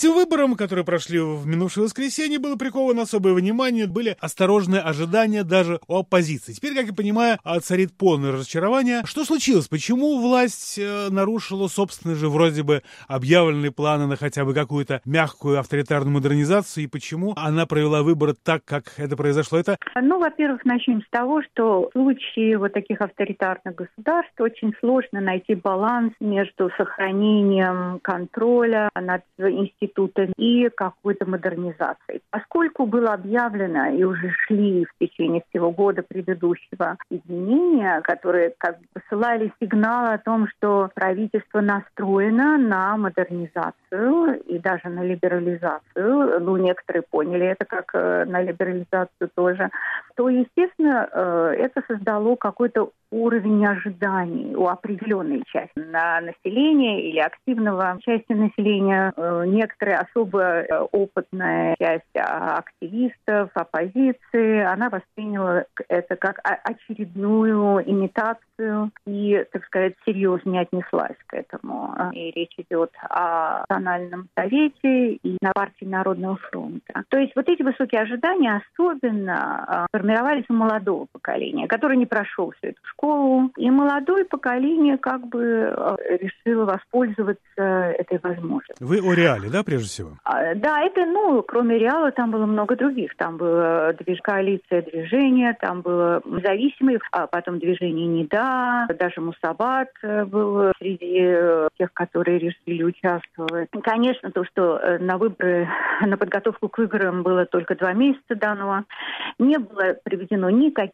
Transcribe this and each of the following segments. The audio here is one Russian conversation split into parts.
этим выборам, которые прошли в минувшее воскресенье, было приковано особое внимание, были осторожные ожидания даже у оппозиции. Теперь, как я понимаю, царит полное разочарование. Что случилось? Почему власть нарушила собственные же вроде бы объявленные планы на хотя бы какую-то мягкую авторитарную модернизацию, и почему она провела выборы так, как это произошло? Во-первых, начнем с того, что в случае вот таких авторитарных государств очень сложно найти баланс между сохранением контроля над институтами и какой-то модернизацией. Поскольку было объявлено и уже шли в течение всего года предыдущего изменения, которые как бы посылали сигнал о том, что правительство настроено на модернизацию и даже на либерализацию, некоторые поняли это как на либерализацию тоже, то, естественно, это создало какой-то уровень ожиданий у определенной части населения или активного части населения. Некоторая особо опытная часть активистов, оппозиции, она восприняла это как очередную имитацию и, так сказать, серьезно не отнеслась к этому. И речь идет о Национальном совете и на партии Народного фронта. То есть вот эти высокие ожидания особенно формировались у молодого поколения, которое не прошло всю эту школу. И молодое поколение как бы решило воспользоваться этой возможностью. Вы о реале, да, прежде всего? Да, это, кроме реала, там было много других. Там была коалиция движения, там было независимые, а потом движение «Не да», даже Мусабат был среди тех, которые решили участвовать. И, конечно, то, что на выборы, на подготовку к выборам было только 2 месяца дано, не было приведено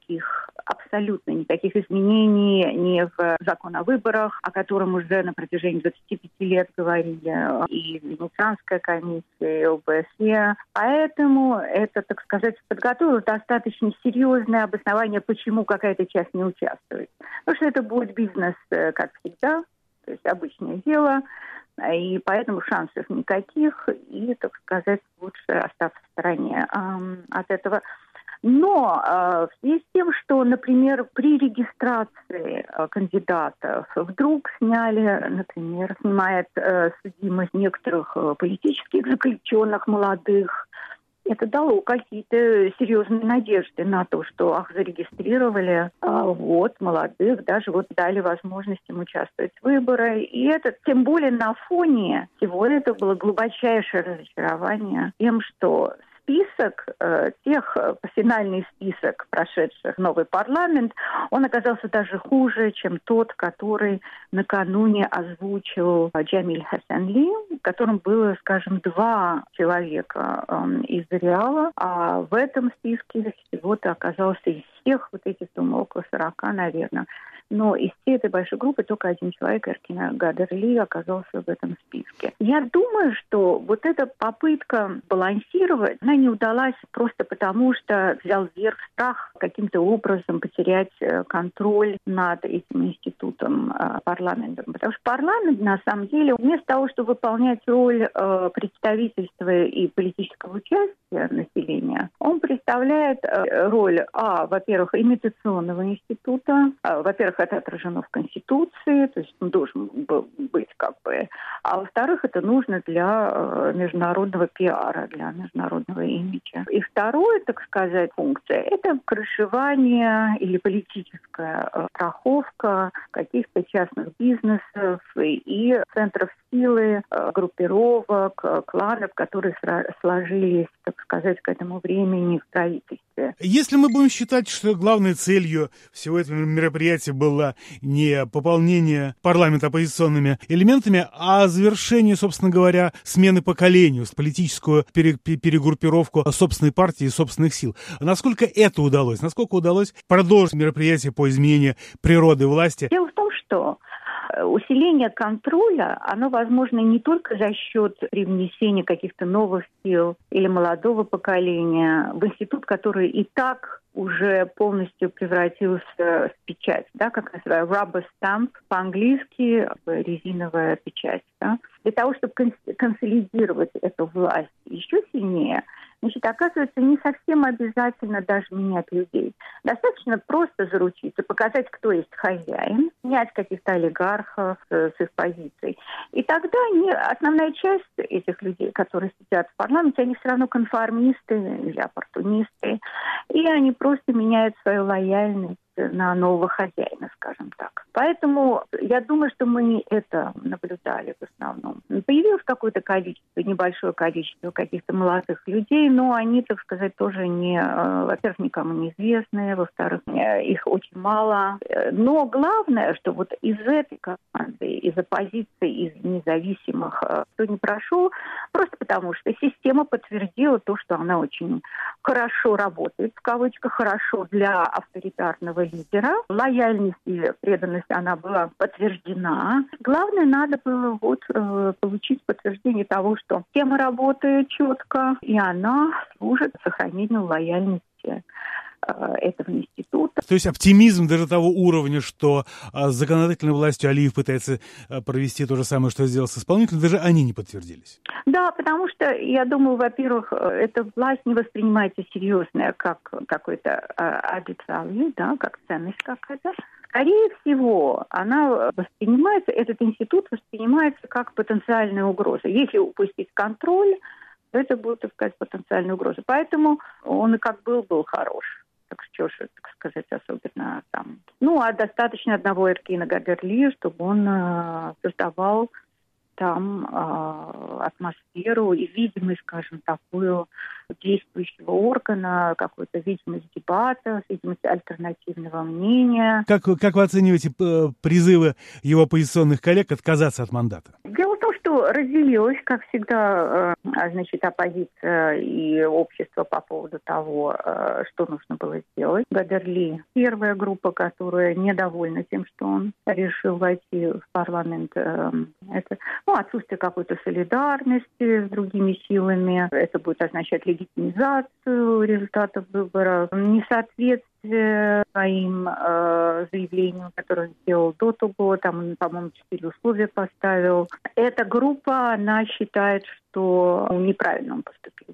абсолютно никаких изменений ни в закон о выборах, о котором уже на протяжении 25 лет говорили и Венецианская комиссия, и ОБСЕ. Поэтому это, так сказать, подготовило достаточно серьезное обоснование, почему какая-то часть не участвует. Потому что это будет бизнес, как всегда, то есть обычное дело, и поэтому шансов никаких, и, так сказать, лучше остаться в стороне от этого. Но в связи с тем, что, например, при регистрации кандидатов вдруг снимает судимость некоторых политических заключенных молодых, это дало какие-то серьезные надежды на то, что зарегистрировали молодых, даже дали возможность им участвовать в выборах. И это, тем более на фоне всего этого, было глубочайшее разочарование тем, что финальный список прошедших новый парламент, он оказался даже хуже, чем тот, который накануне озвучил Джамиль Хасанли, в котором было, скажем, 2 человека из Реала, а в этом списке всего-то оказался из всех этих, думаю, около 40, наверное. Но из всей этой большой группы только 1 человек, Эркина Гадерли, оказался в этом списке. Я думаю, что эта попытка балансировать, она не удалась просто потому, что взял вверх страх каким-то образом потерять контроль над этим институтом парламентом. Потому что парламент, на самом деле, вместо того, чтобы выполнять роль представительства и политического участия населения, он представляет роль, во-первых, имитационного института, во-первых, это отражено в Конституции, то есть он должен был быть а во-вторых, это нужно для международного пиара, для международного имиджа. И второе, так сказать, функция – это крышевание или политическая страховка каких-то частных бизнесов и центров силы, группировок, кланов, которые сложились, так сказать, к этому времени в правительстве. Если мы будем считать, что главной целью всего этого мероприятия было не пополнение парламента оппозиционными элементами, а завершение, собственно говоря, смены поколению, политическую перегруппировку собственной партии и собственных сил. Насколько это удалось? Насколько удалось продолжить мероприятие по изменению природы власти? Дело в том, что усиление контроля, оно возможно не только за счет привнесения каких-то новых сил или молодого поколения в институт, который и так уже полностью превратился в печать, как называют rubber stamp по-английски, резиновая печать. Да? Для того, чтобы консолидировать эту власть еще сильнее, Значит, оказывается, не совсем обязательно даже менять людей. Достаточно просто заручиться, показать, кто есть хозяин, снять каких-то олигархов с их позиций. И тогда основная часть этих людей, которые сидят в парламенте, они все равно конформисты или оппортунисты. И они просто меняют свою лояльность на нового хозяина, скажем так. Поэтому я думаю, что мы это наблюдали в основном. Появилось какое-то количество, небольшое количество каких-то молодых людей, но они, так сказать, тоже во-первых, никому не известные, во-вторых, их очень мало. Но главное, что вот из этой команды, из оппозиции, из независимых, кто не прошел, просто потому что система подтвердила то, что она очень хорошо работает, в кавычках, хорошо для авторитарного лидера. Лояльность и преданность, она была подтверждена. Главное, надо было получить подтверждение того, что система работает четко, и она служит сохранению лояльности этого института. То есть оптимизм даже того уровня, что с законодательной властью Алиев пытается провести то же самое, что сделал с исполнительной, даже они не подтвердились. Да, потому что, я думаю, во-первых, эта власть не воспринимается серьезно как какой-то аддed, да, как ценность какая-то. Скорее всего, этот институт воспринимается как потенциальная угроза. Если упустить контроль, то это будет, так сказать, потенциальная угроза. Поэтому он и как был хорош. Так что же, так сказать, особенно там. А достаточно одного Эркина Габерли, чтобы он создавал там атмосферу и видимость, скажем, такую действующего органа, какую-то видимость дебата, видимость альтернативного мнения. Как вы оцениваете призывы его оппозиционных коллег отказаться от мандата? Дело в том, что разделилась, как всегда, оппозиция и общество по поводу того, что нужно было сделать. Габерли – первая группа, которая недовольна тем, что он решил войти в парламент. Это отсутствие какой-то солидарности с другими силами. Это будет означать легитимизацию результатов выборов, несоответствие своим заявлениям, которые он сделал до того. Там он, по-моему, 4 условия поставил. Эта группа, она считает, что неправильно он поступил.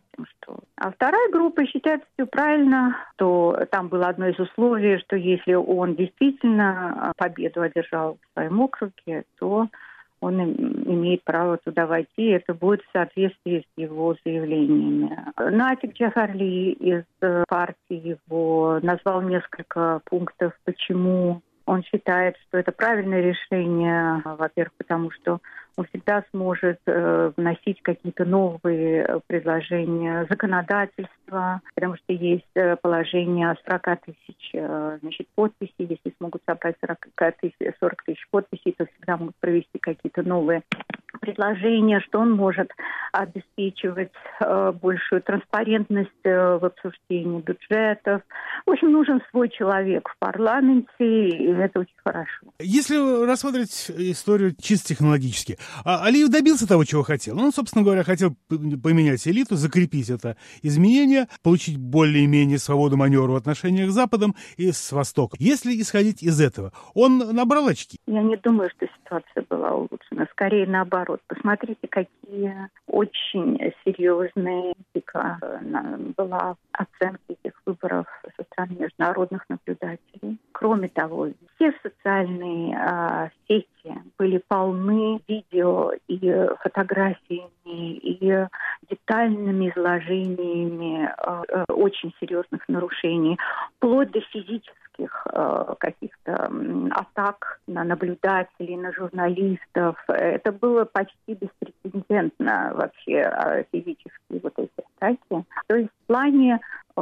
А вторая группа считает все правильно, что там было одно из условий, что если он действительно победу одержал в своем округе, то он имеет право туда войти, это будет в соответствии с его заявлениями. Натик Джафарли из партии его назвал несколько пунктов, почему он считает, что это правильное решение. Во-первых, потому что он всегда сможет вносить какие-то новые предложения законодательства, потому что есть положение 40 тысяч подписей. Если смогут собрать 40 тысяч подписей, то всегда могут провести какие-то новые предложения, что он может обеспечивать большую транспарентность в обсуждении бюджетов. В общем, нужен свой человек в парламенте, и это очень хорошо. Если рассматривать историю чисто технологически, Алиев добился того, чего хотел. Он, собственно говоря, хотел поменять элиту, закрепить это изменение, получить более-менее свободу маневра в отношениях с Западом и с Востоком. Если исходить из этого, он набрал очки? Я не думаю, что ситуация была улучшена. Скорее наоборот. Посмотрите, какие очень серьезные была оценка этих выборов со стороны международных наблюдателей. Кроме того, все социальные сети были полны видео и фотографиями, и детальными изложениями очень серьезных нарушений, вплоть до физических каких-то атак на наблюдателей, на журналистов. Это было почти беспрецедентно вообще, физические вот эти атаки. То есть в плане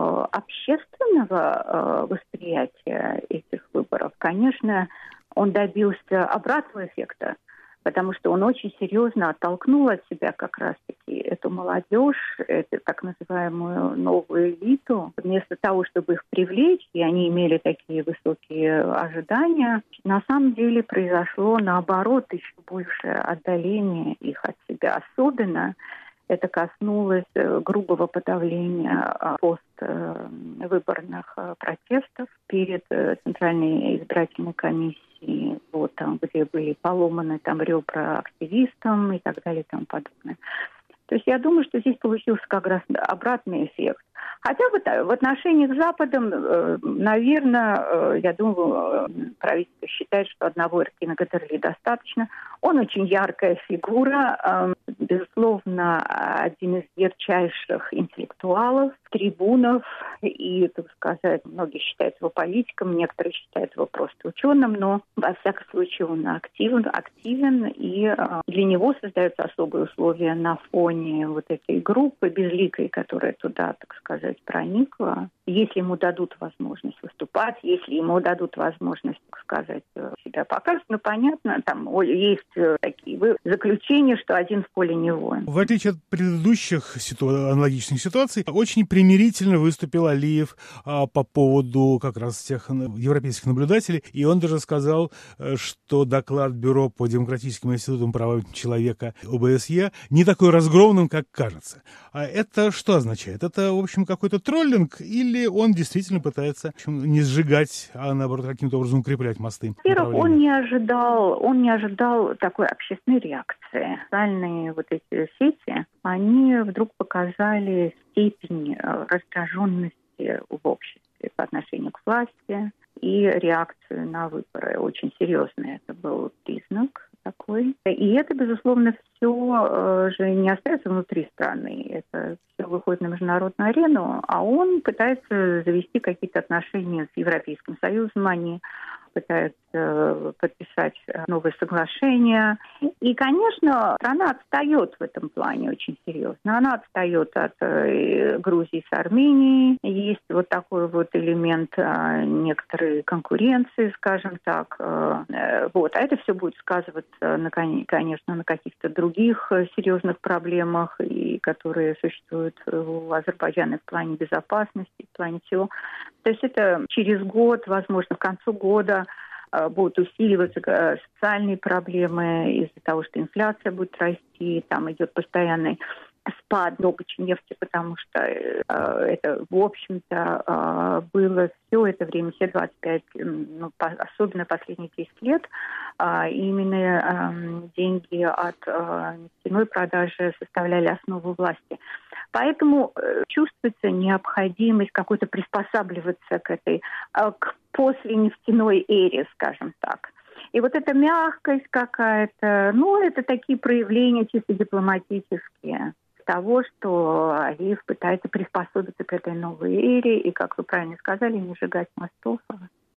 общественного восприятия этих выборов, конечно, он добился обратного эффекта, потому что он очень серьезно оттолкнул от себя как раз-таки эту молодежь, эту так называемую новую элиту. Вместо того, чтобы их привлечь, и они имели такие высокие ожидания, на самом деле произошло наоборот еще большее отдаление их от себя. Особенно это коснулось грубого подавления поствыборных протестов перед Центральной избирательной комиссией, там, где были поломаны ребра активистам и так далее и тому подобное. То есть я думаю, что здесь получился как раз обратный эффект. Хотя в отношении к Западом, наверное, я думаю, правительство считает, что одного Эркина Гаттерли достаточно. Он очень яркая фигура, безусловно, один из ярчайших интеллектуалов, трибунов, и, так сказать, многие считают его политиком, некоторые считают его просто ученым, но, во всяком случае, он активен, и для него создаются особые условия на фоне вот этой группы безликой, которая туда, так сказать, проникла. Если ему дадут возможность выступать, если ему дадут возможность, так сказать, себя показывать, ну, понятно, там есть такие заключения, что один в поле не воин. В отличие от предыдущих аналогичных ситуаций, очень примирительно выступил Алиев по поводу как раз тех европейских наблюдателей, и он даже сказал, что доклад Бюро по демократическим институтам прав человека ОБСЕ не такой разгромным, как кажется. А это что означает? Это, в общем, какой-то троллинг, или он действительно пытается, в общем, не сжигать, а наоборот каким-то образом укреплять мосты? Во-первых, он не ожидал такой общественной реакции. Социальные вот эти сети, они вдруг показали степень раздраженности в обществе по отношению к власти и реакцию на выборы. Очень серьезный это был признак такой. И это, безусловно, все же не остается внутри страны. Это все выходит на международную арену, а он пытается завести какие-то отношения с Европейским Союзом. Они пытаются подписать новые соглашения. И, конечно, страна отстает в этом плане очень серьезно. Она отстает от Грузии с Арменией. Есть вот такой вот элемент некоторой конкуренции, скажем так. Вот. А это все будет сказываться, конечно, на каких-то других серьезных проблемах, и которые существуют у Азербайджана в плане безопасности, в плане всего. То есть это через год, возможно, к концу года будут усиливаться социальные проблемы из-за того, что инфляция будет расти, там идет постоянный спад добычи нефти, потому что это, в общем-то, было все это время, все 25, особенно последние 10 лет, именно деньги от нефтяной продажи составляли основу власти. Поэтому чувствуется необходимость какой-то приспосабливаться к этой, к после-нефтяной эре, скажем так. И вот эта мягкость какая-то, это такие проявления чисто дипломатические того, что Алиев пытается приспособиться к этой новой эре и, как вы правильно сказали, не сжигать мостов, а